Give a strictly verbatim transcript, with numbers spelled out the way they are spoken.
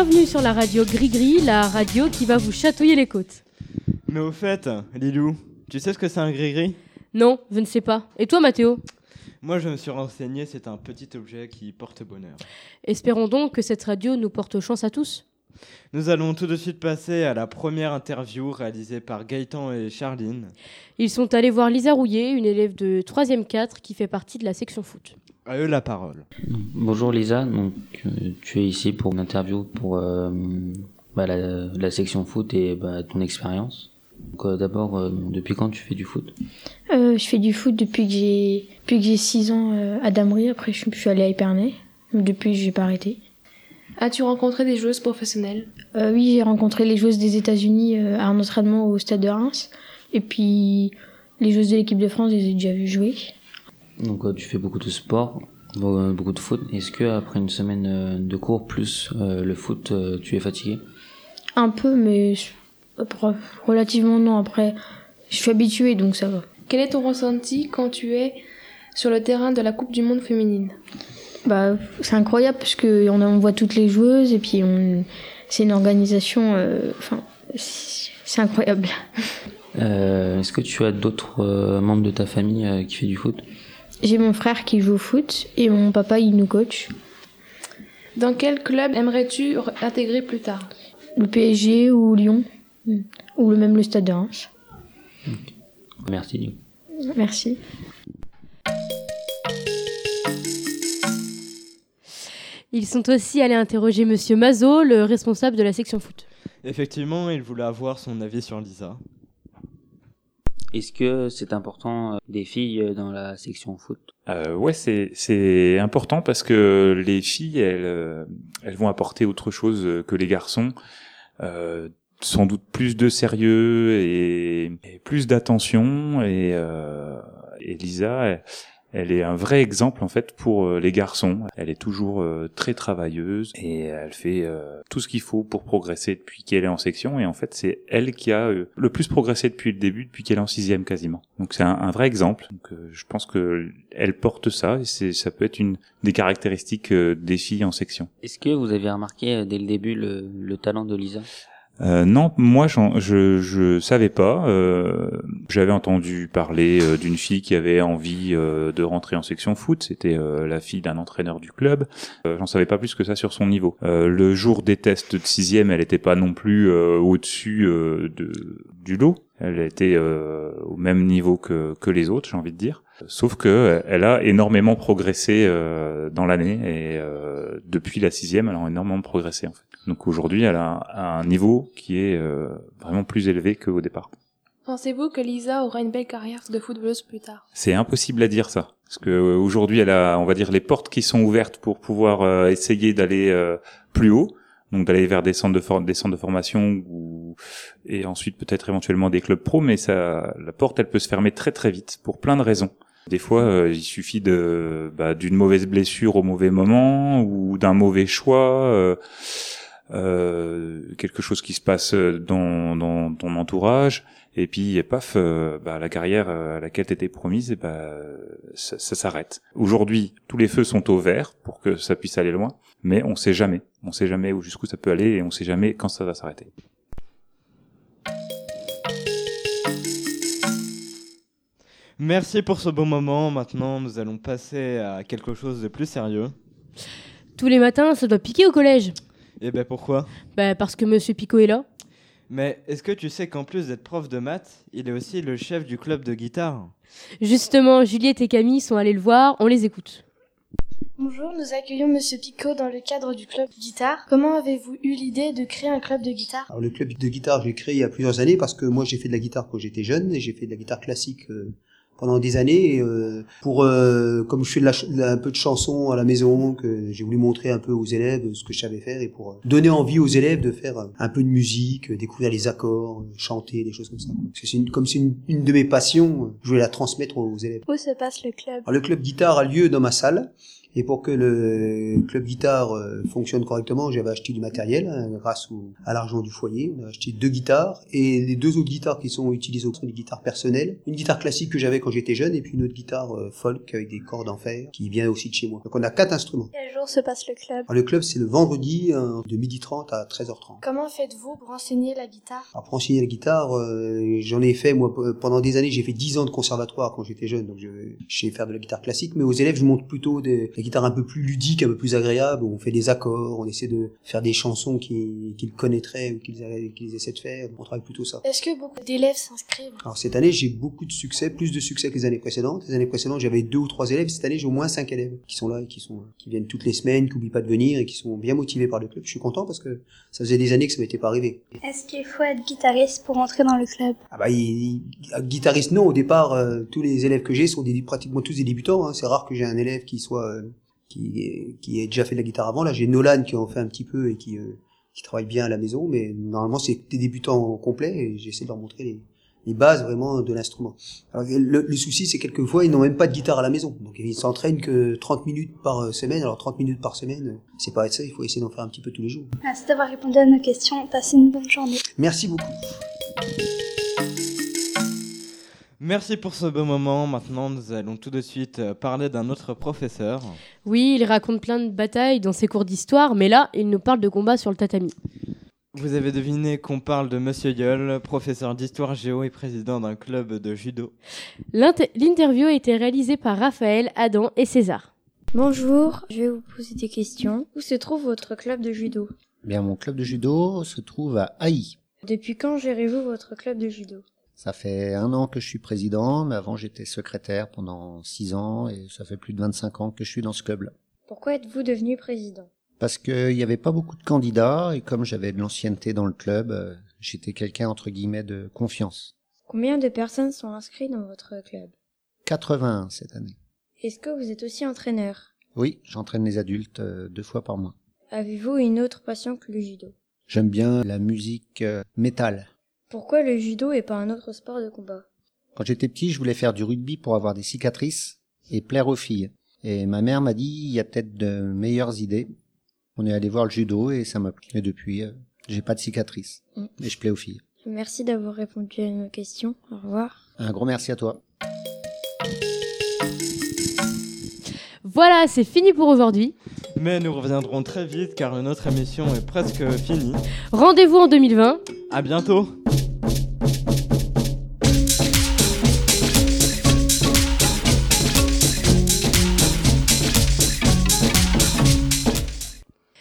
bienvenue sur la radio Gris-Gris, la radio qui va vous chatouiller les côtes. Mais au fait, Lilou, tu sais ce que c'est un gris-gris ? Non, je ne sais pas. Et toi, Mathéo ? Moi, je me suis renseigné, c'est un petit objet qui porte bonheur. Espérons donc que cette radio nous porte chance à tous. Nous allons tout de suite passer à la première interview réalisée par Gaëtan et Charline. Ils sont allés voir Lisa Rouillet, une élève de troisième quatre qui fait partie de la section foot. À eux la parole. Bonjour Lisa, donc euh, tu es ici pour une interview pour euh, bah, la, la section foot et bah, ton expérience. Donc, euh, d'abord, euh, depuis quand tu fais du foot ? euh, Je fais du foot depuis que j'ai, depuis que j'ai six ans euh, à Damery. Après, je, je suis allée à Épernay. Depuis, j'ai pas arrêté. As-tu rencontré des joueuses professionnelles ? euh, Oui, j'ai rencontré les joueuses des États-Unis euh, à un entraînement au stade de Reims. Et puis, les joueuses de l'équipe de France, je les ai déjà vues jouer. Donc, euh, tu fais beaucoup de sport, beaucoup de foot. Est-ce que après une semaine euh, de cours plus euh, le foot, euh, tu es fatigué ? Un peu, mais relativement non. Après, je suis habituée, donc ça va. Quel est ton ressenti quand tu es sur le terrain de la Coupe du Monde féminine ? Bah, c'est incroyable parce que on, on voit toutes les joueuses et puis on, c'est une organisation. Enfin, euh, c'est, c'est incroyable. Euh, est-ce que tu as d'autres euh, membres de ta famille euh, qui fait du foot ? J'ai mon frère qui joue au foot et mon papa il nous coach. Dans quel club aimerais-tu intégrer plus tard ? Le P S G ou Lyon ou même le Stade de Reims. Okay. Merci Lyon. Merci. Ils sont aussi allés interroger Monsieur Mazot, le responsable de la section foot. Effectivement, il voulait avoir son avis sur Lisa. Est-ce que c'est important euh, des filles dans la section foot ? euh, Ouais, c'est c'est important parce que les filles, elles euh, elles vont apporter autre chose que les garçons, euh, sans doute plus de sérieux et, et plus d'attention. Et, euh, et Lisa, elle, elle est un vrai exemple en fait pour les garçons. Elle est toujours euh, très travailleuse et elle fait euh, tout ce qu'il faut pour progresser depuis qu'elle est en section. Et en fait, c'est elle qui a euh, le plus progressé depuis le début, depuis qu'elle est en sixième quasiment. Donc c'est un, un vrai exemple. Donc euh, je pense que elle porte ça et c'est, ça peut être une des caractéristiques euh, des filles en section. Est-ce que vous avez remarqué euh, dès le début le, le talent de Lisa ? Euh, non, moi j'en, je je savais pas. Euh, j'avais entendu parler euh, d'une fille qui avait envie euh, de rentrer en section foot. C'était euh, la fille d'un entraîneur du club. Euh, j'en savais pas plus que ça sur son niveau. Euh, le jour des tests de sixième, elle était pas non plus euh, au-dessus euh, de du lot. Elle était euh, au même niveau que que les autres, j'ai envie de dire. Sauf que elle a énormément progressé euh, dans l'année et euh, depuis la sixième, elle a énormément progressé en fait. Donc aujourd'hui, elle a un, un niveau qui est euh, vraiment plus élevé qu'au départ. Pensez-vous que Lisa aura une belle carrière de footballeuse plus tard ? C'est impossible à dire ça, parce que euh, aujourd'hui, elle a, on va dire, les portes qui sont ouvertes pour pouvoir euh, essayer d'aller euh, plus haut, donc d'aller vers des centres de for- des centres de formation ou et ensuite peut-être éventuellement des clubs pro, mais ça, la porte, elle peut se fermer très très vite pour plein de raisons. Des fois, euh, il suffit de bah, d'une mauvaise blessure au mauvais moment ou d'un mauvais choix. Euh, Euh, quelque chose qui se passe dans, dans ton entourage et puis paf euh, bah, la carrière à laquelle t'étais promise et bah, ça, ça s'arrête. Aujourd'hui tous les feux sont au vert pour que ça puisse aller loin, mais on sait jamais on sait jamais où jusqu'où ça peut aller et on sait jamais quand ça va s'arrêter. Merci pour ce bon moment. Maintenant nous allons passer à quelque chose de plus sérieux. Tous les matins, ça doit piquer au collège. Et ben pourquoi ? Bah parce que Monsieur Picot est là. Mais est-ce que tu sais qu'en plus d'être prof de maths, il est aussi le chef du club de guitare ? Justement, Juliette et Camille sont allés le voir, on les écoute. Bonjour, nous accueillons Monsieur Picot dans le cadre du club guitare. Comment avez-vous eu l'idée de créer un club de guitare ? Alors le club de guitare, j'ai créé il y a plusieurs années parce que moi j'ai fait de la guitare quand j'étais jeune et j'ai fait de la guitare classique euh, pendant des années et, euh, pour euh, comme je fais de la, de la, un peu de chansons à la maison, que j'ai voulu montrer un peu aux élèves ce que je savais faire et pour euh, donner envie aux élèves de faire un peu de musique, découvrir les accords, chanter, des choses comme ça. Parce que c'est une, comme c'est une, une de mes passions, je voulais la transmettre aux élèves. Où se passe le club ? Alors le club guitare a lieu dans ma salle. Et pour que le club guitare euh, fonctionne correctement, j'avais acheté du matériel hein, grâce au, à l'argent du foyer. On a acheté deux guitares et les deux autres guitares qui sont utilisées sont des guitares personnelles. Une guitare classique que j'avais quand j'étais jeune et puis une autre guitare euh, folk avec des cordes en fer qui vient aussi de chez moi. Donc on a quatre instruments. Quel jour se passe le club? Alors, le club c'est le vendredi hein, de midi trente à treize heures trente. Comment faites-vous pour enseigner la guitare? Alors pour enseigner la guitare, euh, j'en ai fait moi pendant des années. J'ai fait dix ans de conservatoire quand j'étais jeune, donc je, je sais faire de la guitare classique. Mais aux élèves, je montre plutôt des, des guitares un peu plus ludiques, un peu plus agréables. On fait des accords, on essaie de faire des chansons qu'ils, qu'ils connaîtraient ou qu'ils, qu'ils essaient de faire. On travaille plutôt ça. Est-ce que beaucoup d'élèves s'inscrivent? Alors cette année, j'ai beaucoup de succès, plus de succès que les années précédentes. Les années précédentes, j'avais deux ou trois élèves. Cette année, j'ai au moins cinq élèves qui sont là et qui sont qui viennent toutes les semaines, qui n'oublient pas de venir et qui sont bien motivés par le club. Je suis content parce que ça faisait des années que ça m'était pas arrivé. Est-ce qu'il faut être guitariste pour entrer dans le club? Ah bah, il, il, guitariste non. Au départ, euh, tous les élèves que j'ai sont des, pratiquement tous des débutants. Hein. C'est rare que j'ai un élève qui soit euh, qui qui ait déjà fait de la guitare avant. Là, j'ai Nolan qui en fait un petit peu et qui euh, qui travaille bien à la maison, mais normalement c'est des débutants complets et j'essaie de leur montrer les les bases vraiment de l'instrument. Alors, le, le souci, c'est quelquefois, ils n'ont même pas de guitare à la maison. Donc, ils s'entraînent que trente minutes par semaine. Alors, trente minutes par semaine, c'est pas ça, il faut essayer d'en faire un petit peu tous les jours. Merci d'avoir répondu à nos questions. Passez une bonne journée. Merci beaucoup. Merci pour ce beau moment. Maintenant, nous allons tout de suite parler d'un autre professeur. Oui, il raconte plein de batailles dans ses cours d'histoire, mais là, il nous parle de combats sur le tatami. Vous avez deviné qu'on parle de Monsieur Yol, professeur d'histoire géo et président d'un club de judo. L'inter- l'interview a été réalisée par Raphaël, Adam et César. Bonjour, je vais vous poser des questions. Où se trouve votre club de judo? Bien, mon club de judo se trouve à Haï. Depuis quand gérez-vous votre club de judo? Ça fait un an que je suis président, mais avant j'étais secrétaire pendant six ans et ça fait plus de vingt-cinq ans que je suis dans ce club-là. Pourquoi êtes-vous devenu président? Parce qu'il n'y avait pas beaucoup de candidats et comme j'avais de l'ancienneté dans le club, euh, j'étais quelqu'un entre guillemets de confiance. Combien de personnes sont inscrites dans votre club? quatre-vingt-un cette année. Est-ce que vous êtes aussi entraîneur? Oui, j'entraîne les adultes euh, deux fois par mois. Avez-vous une autre passion que le judo? J'aime bien la musique euh, métal. Pourquoi le judo et pas un autre sport de combat? Quand j'étais petit, je voulais faire du rugby pour avoir des cicatrices et plaire aux filles. Et ma mère m'a dit, il y a peut-être de meilleures idées. On est allé voir le judo et ça m'a plu. Et depuis, euh, j'ai pas de cicatrices. Mm. Et je plais aux filles. Merci d'avoir répondu à nos questions. Au revoir. Un gros merci à toi. Voilà, c'est fini pour aujourd'hui. Mais nous reviendrons très vite car une autre émission est presque finie. Rendez-vous en deux mille vingt. À bientôt.